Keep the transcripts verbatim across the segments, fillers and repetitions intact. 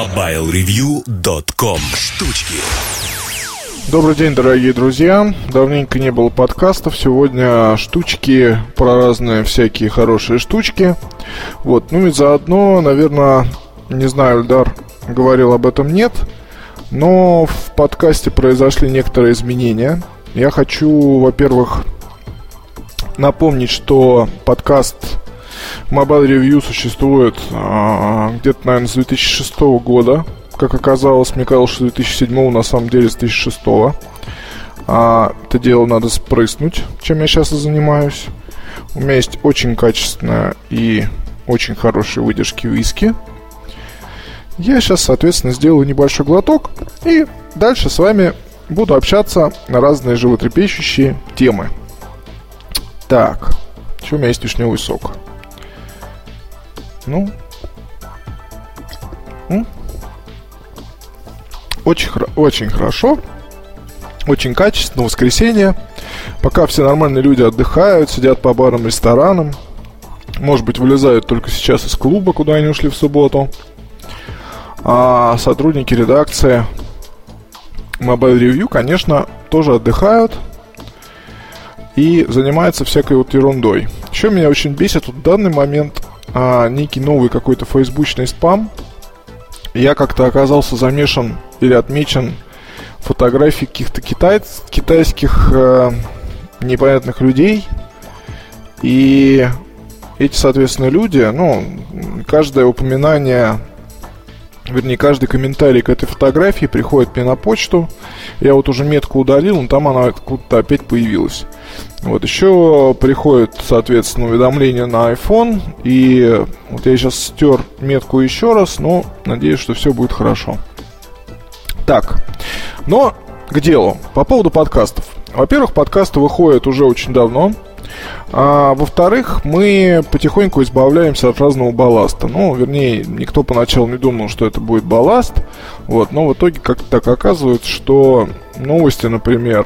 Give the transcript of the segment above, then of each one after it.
мобайл ревью точка ком. Штучки. Добрый день, дорогие друзья. Давненько не было подкастов. Сегодня штучки про разные всякие хорошие штучки. Вот, ну и заодно, наверное, не знаю, Эльдар говорил об этом, нет, но в подкасте произошли некоторые изменения. Я хочу, во-первых, напомнить, что подкаст Mobile Review существует а, где-то, наверное, с две тысячи шестого года. Как оказалось, мне казалось, что с две тысячи седьмого, на самом деле с две тысячи шестого. а, Это дело надо спрыснуть, чем я сейчас и занимаюсь. У меня есть очень качественная и очень хорошие выдержки виски. Я сейчас, соответственно, сделаю небольшой глоток и дальше с вами буду общаться на разные животрепещущие темы. Так, еще у меня есть вишневый сок. Ну, м? Очень, очень хорошо, очень качественно. Воскресенье, пока все нормальные люди отдыхают, сидят по барам, ресторанам, может быть, вылезают только сейчас из клуба, куда они ушли в субботу. А сотрудники редакции Mobile Review, конечно, тоже отдыхают и занимаются всякой вот ерундой. Еще меня очень бесит вот в данный момент а, некий новый какой-то фейсбучный спам. Я как-то оказался замешан или отмечен фотографии каких-то китай... китайских э, непонятных людей. И эти, соответственно, люди, ну, каждое упоминание, вернее, каждый комментарий к этой фотографии приходит мне на почту. Я вот уже метку удалил, но там она откуда-то опять появилась. Вот еще приходит, соответственно, уведомление на iPhone. И вот я сейчас стер метку еще раз, но надеюсь, что все будет хорошо. Так, но к делу. По поводу подкастов. Во-первых, подкасты выходят уже очень давно. А во-вторых, мы потихоньку избавляемся от разного балласта. Ну, вернее, никто поначалу не думал, что это будет балласт. Вот, но в итоге как-то так оказывается, что новости, например,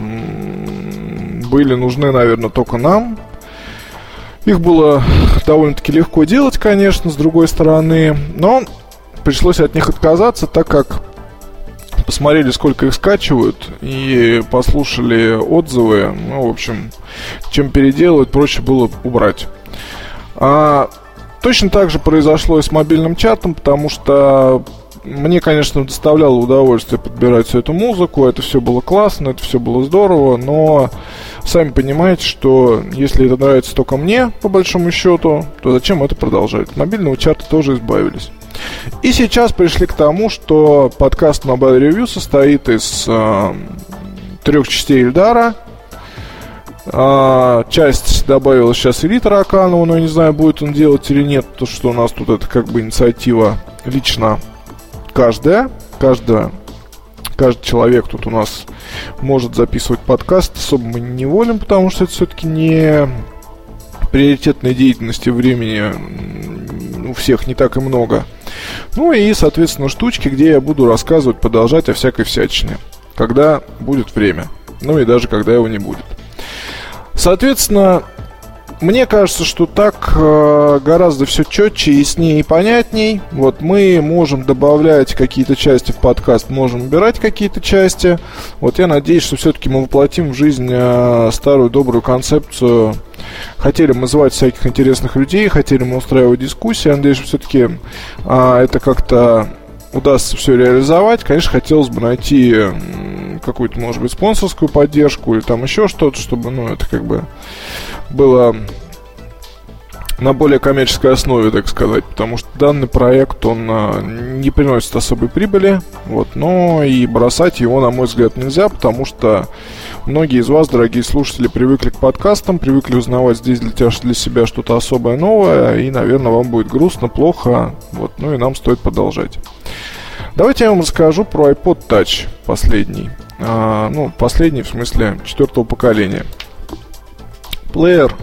были нужны, наверное, только нам. Их было довольно-таки легко делать, конечно, с другой стороны. Но пришлось от них отказаться, так как посмотрели, сколько их скачивают, и послушали отзывы. Ну, в общем, чем переделывать, проще было убрать. А, точно так же произошло и с мобильным чатом, потому что мне, конечно, доставляло удовольствие подбирать всю эту музыку. Это все было классно, это все было здорово. Но сами понимаете, что если это нравится только мне, по большому счету, то зачем это продолжать? От мобильного чата тоже избавились. И сейчас пришли к тому, что подкаст Mobile Review состоит из э, трех частей Эльдара. э, Часть добавила сейчас Ильи Тараканова, но я не знаю, будет он делать или нет, потому что у нас тут это как бы инициатива лично каждая. Каждая Каждый человек тут у нас может записывать подкаст. Особо мы не волим, потому что это все-таки не приоритетной деятельности, времени у всех не так и много. Ну и, соответственно, штучки, где я буду рассказывать, продолжать о всякой всячине, когда будет время. Ну и даже когда его не будет. Соответственно, мне кажется, что так э, гораздо все четче, яснее и понятней. Вот мы можем добавлять какие-то части в подкаст, можем убирать какие-то части. Вот я надеюсь, что все-таки мы воплотим в жизнь э, старую добрую концепцию. Хотели мы звать всяких интересных людей, хотели мы устраивать дискуссии. Я надеюсь, что все-таки э, это как-то удастся все реализовать. Конечно, хотелось бы найти э, какую-то, может быть, спонсорскую поддержку или там еще что-то, чтобы, ну, это как бы было на более коммерческой основе, так сказать, потому что данный проект, он а, не приносит особой прибыли, вот, но и бросать его, на мой взгляд, нельзя, потому что многие из вас, дорогие слушатели, привыкли к подкастам, привыкли узнавать здесь для, тебя, для себя что-то особое, новое, и, наверное, вам будет грустно, плохо, вот, ну и нам стоит продолжать. Давайте я вам расскажу про iPod Touch последний, а, ну, последний в смысле четвертого поколения. Плеер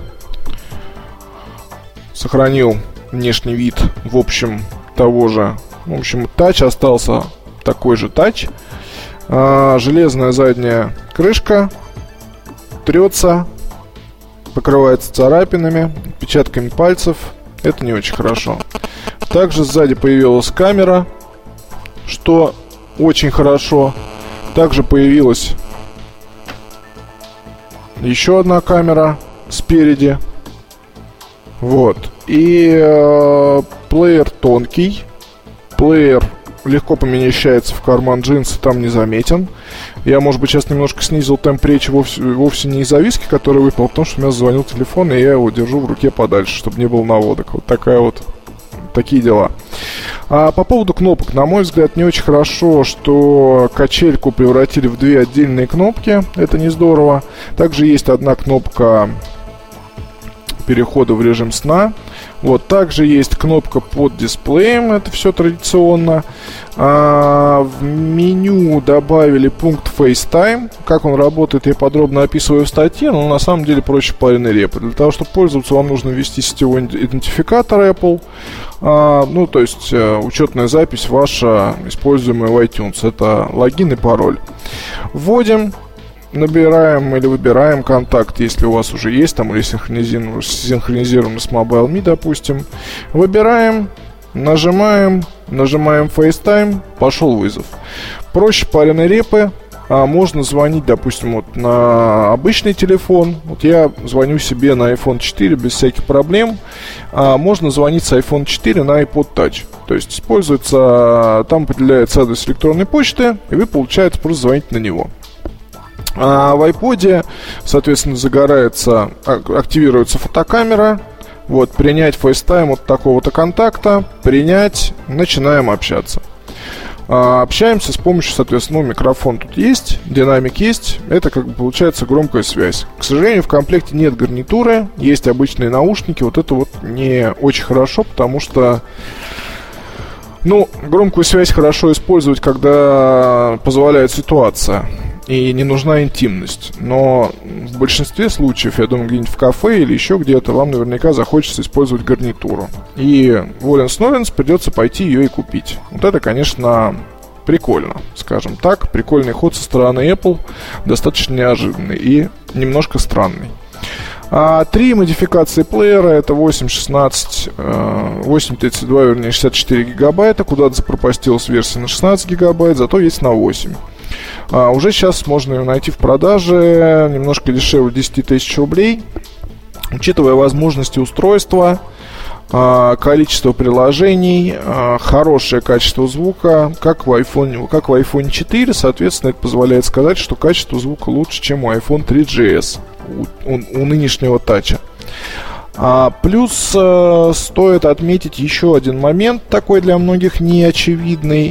сохранил внешний вид, в общем, того же. В общем, тач остался такой же тач. А, железная задняя крышка трется, покрывается царапинами, отпечатками пальцев. Это не очень хорошо. Также сзади появилась камера. что очень хорошо. Также появилась еще одна камера спереди. Вот. И э, плеер тонкий. Плеер легко помещается в карман джинсы, там не заметен. Я, может быть, сейчас немножко снизил темп речи вовсе, вовсе не из-за виски, который выпал, потому что у меня зазвонил телефон, и я его держу в руке подальше, чтобы не было наводок. Вот такая вот, такие дела. А по поводу кнопок, на мой взгляд, не очень хорошо, что качельку превратили в две отдельные кнопки. Это не здорово. Также есть одна кнопка перехода в режим сна. Вот, также есть кнопка под дисплеем, это все традиционно. А, в меню добавили пункт FaceTime. Как он работает, я подробно описываю в статье, но на самом деле проще пареной репы. Для того, чтобы пользоваться, вам нужно ввести сетевой идентификатор Apple. А, ну, то есть учетная запись ваша, используемая в iTunes. Это логин и пароль. Вводим. Набираем или выбираем контакт, если у вас уже есть там, или синхронизирован, синхронизирован с MobileMe, допустим. Выбираем, нажимаем, нажимаем FaceTime, пошел вызов. Проще пареной репы. А можно звонить, допустим, вот на обычный телефон. Вот я звоню себе на айфон четыре без всяких проблем. А можно звонить с айфон четыре на iPod Touch. То есть используется, там определяется адрес электронной почты, и вы, получается, просто звоните на него. А в iPod, соответственно, загорается, активируется фотокамера. Вот, принять FaceTime от такого-то контакта. Принять, начинаем общаться. а, Общаемся с помощью, соответственно, ну, микрофон тут есть, динамик есть. Это, как бы, получается громкая связь. К сожалению, в комплекте нет гарнитуры. Есть обычные наушники. Вот это вот не очень хорошо, потому что, ну, громкую связь хорошо использовать, когда позволяет ситуация и не нужна интимность. Но в большинстве случаев, я думаю, где-нибудь в кафе или еще где-то, вам наверняка захочется использовать гарнитуру. И воленс-ноленс придется пойти ее и купить. Вот это, конечно, прикольно, скажем так. Прикольный ход со стороны Apple, достаточно неожиданный и немножко странный. А, три модификации плеера. Это восемь шестнадцать, восемь тридцать два, вернее, шестьдесят четыре гигабайта. Куда-то запропастилась версия на шестнадцать гигабайт, зато есть на восемь. А, уже сейчас можно ее найти в продаже немножко дешевле десять тысяч рублей. Учитывая возможности устройства, а, количество приложений, а, хорошее качество звука, как в iPhone, как в айфон четыре, соответственно, это позволяет сказать, что качество звука лучше, чем у айфон три джи эс, у, у, у нынешнего тача. А, плюс э, стоит отметить еще один момент, такой для многих неочевидный.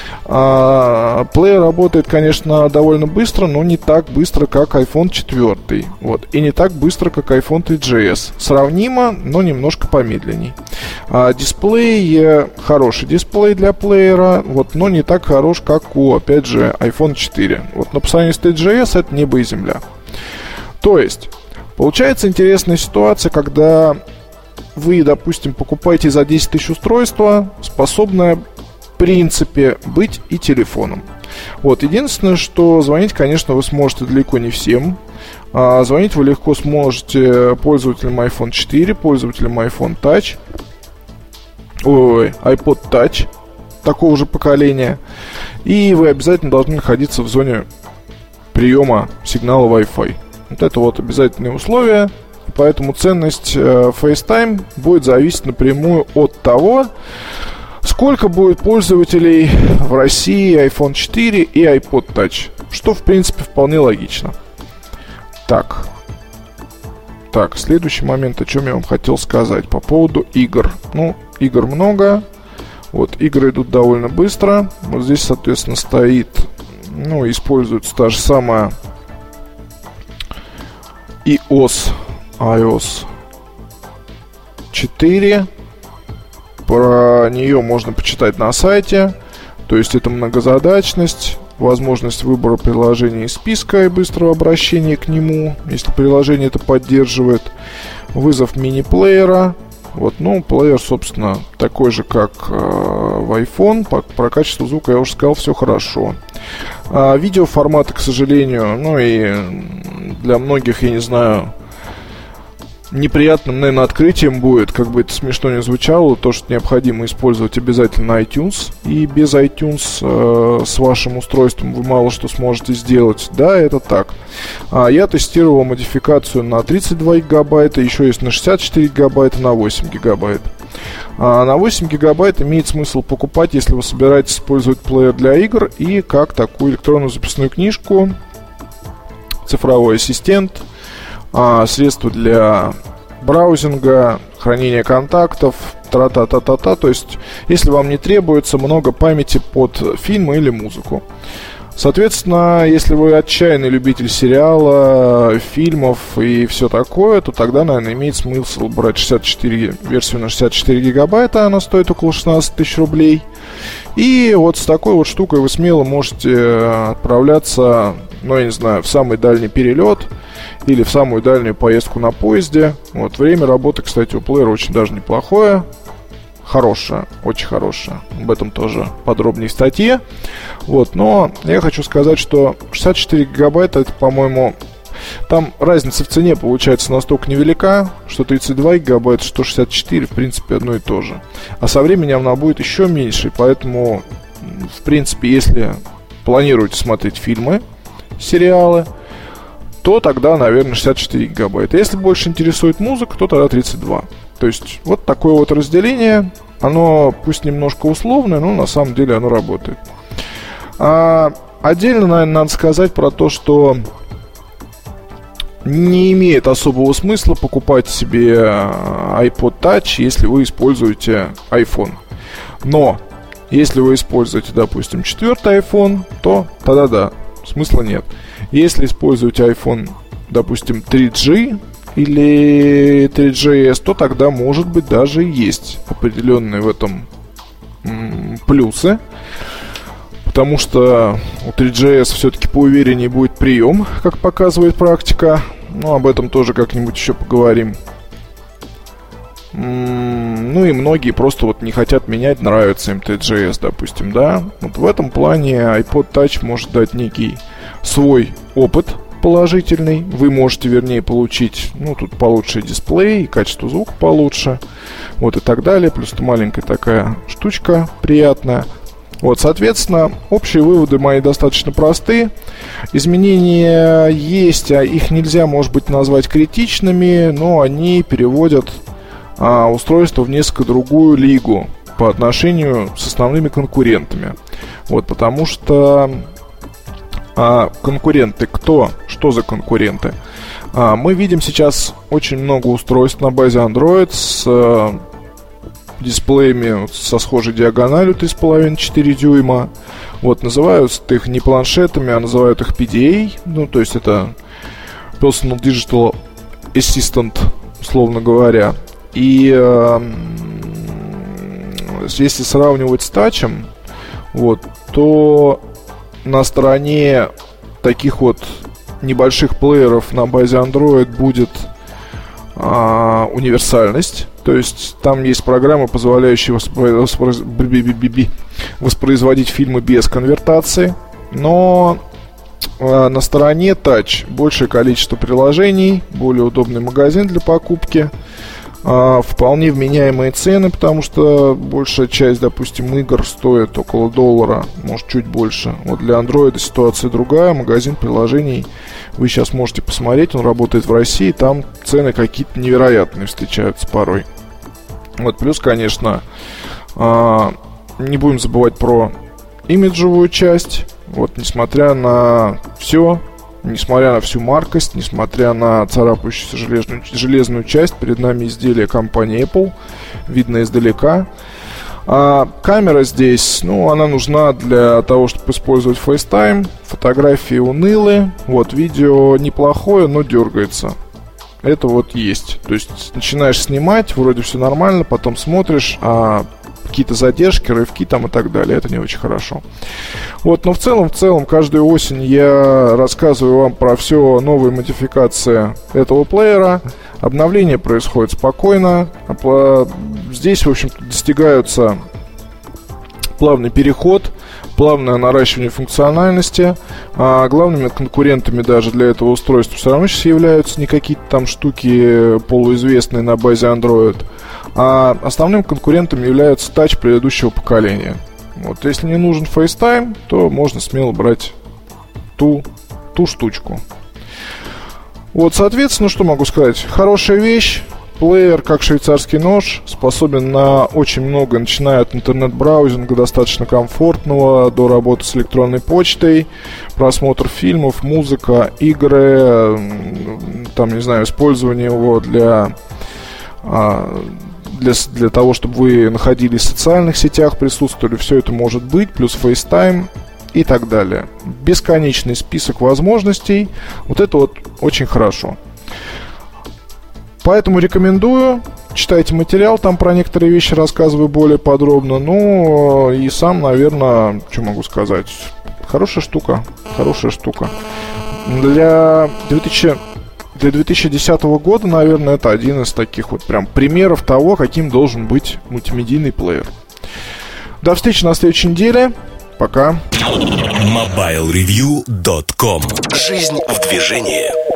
А, плеер работает, конечно, довольно быстро, но не так быстро, как айфон четыре. Вот, и не так быстро, как айфон три джи эс. Сравнимо, но немножко помедленней. А, дисплей, э, хороший дисплей для плеера, вот, но не так хорош, как у, опять же, айфон четыре. Вот, но по сравнению с три джи эс это небо и земля. То есть получается интересная ситуация, когда вы, допустим, покупаете за десять тысяч устройство, способное, в принципе, быть и телефоном. Вот, единственное, что звонить, конечно, вы сможете далеко не всем. А звонить вы легко сможете пользователям айфон четыре, пользователям iPhone Touch, ой, iPod Touch такого же поколения. И вы обязательно должны находиться в зоне приема сигнала Wi-Fi. Вот это вот обязательные условия. Поэтому ценность э, FaceTime будет зависеть напрямую от того, сколько будет пользователей в России айфон четыре и iPod Touch. Что, в принципе, вполне логично. Так. Так, следующий момент, о чем я вам хотел сказать. По поводу игр. Ну, игр много. Вот, игры идут довольно быстро. Вот здесь, соответственно, стоит, ну, используется та же самая iOS, iOS четыре. Про нее можно почитать на сайте. То есть это многозадачность, возможность выбора приложения из списка и быстрого обращения к нему, если приложение это поддерживает. Вызов мини-плеера. Вот, ну, плеер, собственно, такой же, как э, в iPhone. По, про качество звука я уже сказал, все хорошо. А, видеоформаты, к сожалению, ну и для многих, я не знаю, неприятным, наверное, открытием будет, как бы это смешно не звучало, то, что необходимо использовать обязательно iTunes. И без iTunes э, с вашим устройством вы мало что сможете сделать. Да, это так. А я тестировал модификацию на тридцать два гигабайта, еще есть на шестьдесят четыре гигабайта, на восемь гигабайт. А на восемь гигабайт имеет смысл покупать, если вы собираетесь использовать плеер для игр и как такую электронную записную книжку, цифровой ассистент, а, средства для браузинга, хранения контактов, тра-та-та-та-та. То есть, если вам не требуется много памяти под фильмы или музыку. Соответственно, если вы отчаянный любитель сериала, фильмов и все такое, то тогда, наверное, имеет смысл брать шестьдесят четыре, версию на шестьдесят четыре гигабайта, она стоит около шестнадцать тысяч рублей. И вот с такой вот штукой вы смело можете отправляться, ну, я не знаю, в самый дальний перелет или в самую дальнюю поездку на поезде. Вот, время работы, кстати, у плеера очень даже неплохое. Хорошая, очень хорошая. Об этом тоже подробнее в статье. Вот, но я хочу сказать, что шестьдесят четыре гигабайта, это, по-моему, там разница в цене получается настолько невелика, что тридцать два гигабайта, что шестьдесят четыре, в принципе, одно и то же. А со временем она будет еще меньше, поэтому, в принципе, если планируете смотреть фильмы, сериалы, то тогда, наверное, шестьдесят четыре гигабайта. Если больше интересует музыка, то тогда тридцать два. То есть, вот такое вот разделение. Оно пусть немножко условное, но на самом деле оно работает. А отдельно, наверное, надо сказать про то, что не имеет особого смысла покупать себе iPod Touch, если вы используете iPhone. Но, если вы используете, допустим, четвертый iPhone, то тогда да, смысла нет. Если используете iPhone, допустим, три джи или три джи эс, то тогда, может быть, даже есть определенные в этом м- плюсы. Потому что у три джи эс все-таки поувереннее будет прием, как показывает практика. Но об этом тоже как-нибудь еще поговорим. М- ну и многие просто вот не хотят менять, нравится им три джи эс, допустим, да. Вот в этом плане iPod Touch может дать некий свой опыт положительный. Вы можете, вернее, получить, ну, тут получше дисплей, качество звука получше, вот и так далее. Плюс это маленькая такая штучка приятная. Вот, соответственно, общие выводы мои достаточно просты. Изменения есть, а их нельзя, может быть, назвать критичными, но они переводят а, устройство в несколько другую лигу по отношению с основными конкурентами. Вот, потому что а, конкуренты кто? Что за конкуренты? А, мы видим сейчас очень много устройств на базе Android с а, дисплеями со схожей диагональю три с половиной - четыре дюйма. Вот, называют их не планшетами, а называют их пи ди эй. Ну, то есть это Personal Digital Assistant, условно говоря. И э, если сравнивать с тачем, вот, то на стороне таких вот небольших плееров на базе Android будет а, универсальность. То есть там есть программы, позволяющие воспроиз... воспроизводить фильмы без конвертации. Но а, на стороне Touch большее количество приложений, более удобный магазин для покупки, а, вполне вменяемые цены, потому что большая часть, допустим, игр стоит около доллара, может чуть больше. Вот для Android ситуация другая. Магазин приложений вы сейчас можете посмотреть, он работает в России, там цены какие-то невероятные встречаются порой. Вот, плюс, конечно, а, не будем забывать про имиджевую часть. Вот, несмотря на все, несмотря на всю маркость, несмотря на царапающуюся железную, железную часть, перед нами изделие компании Apple, видно издалека. А камера здесь, ну, она нужна для того, чтобы использовать FaceTime. Фотографии унылые. Вот, видео неплохое, но дергается. Это вот есть. То есть начинаешь снимать, вроде все нормально, потом смотришь, а какие-то задержки, рывки там и так далее. Это не очень хорошо. Вот, но в целом, в целом, каждую осень я рассказываю вам про все новые модификации этого плеера. Обновление происходит спокойно. Здесь, в общем-то, достигаются плавный переход, плавное наращивание функциональности. А главными конкурентами даже для этого устройства все равно сейчас являются не какие-то там штуки полуизвестные на базе Android, а основным конкурентом является тач предыдущего поколения. Вот, если не нужен FaceTime, то можно смело брать ту, ту штучку. Вот, соответственно, что могу сказать? Хорошая вещь. Плеер, как швейцарский нож, способен на очень много, начиная от интернет-браузинга, достаточно комфортного, до работы с электронной почтой, просмотр фильмов, музыка, игры, там, не знаю, использование его для, для, для того, чтобы вы находились в социальных сетях, присутствовали, все это может быть, плюс FaceTime и так далее. Бесконечный список возможностей, вот это вот очень хорошо. Поэтому рекомендую, читайте материал, там про некоторые вещи рассказываю более подробно. Ну, и сам, наверное, что могу сказать, хорошая штука, хорошая штука. Для две тысячи, для две тысячи десятого года, наверное, это один из таких вот прям примеров того, каким должен быть мультимедийный плеер. До встречи на следующей неделе. Пока. мобайл ревью точка ком. Жизнь в движении.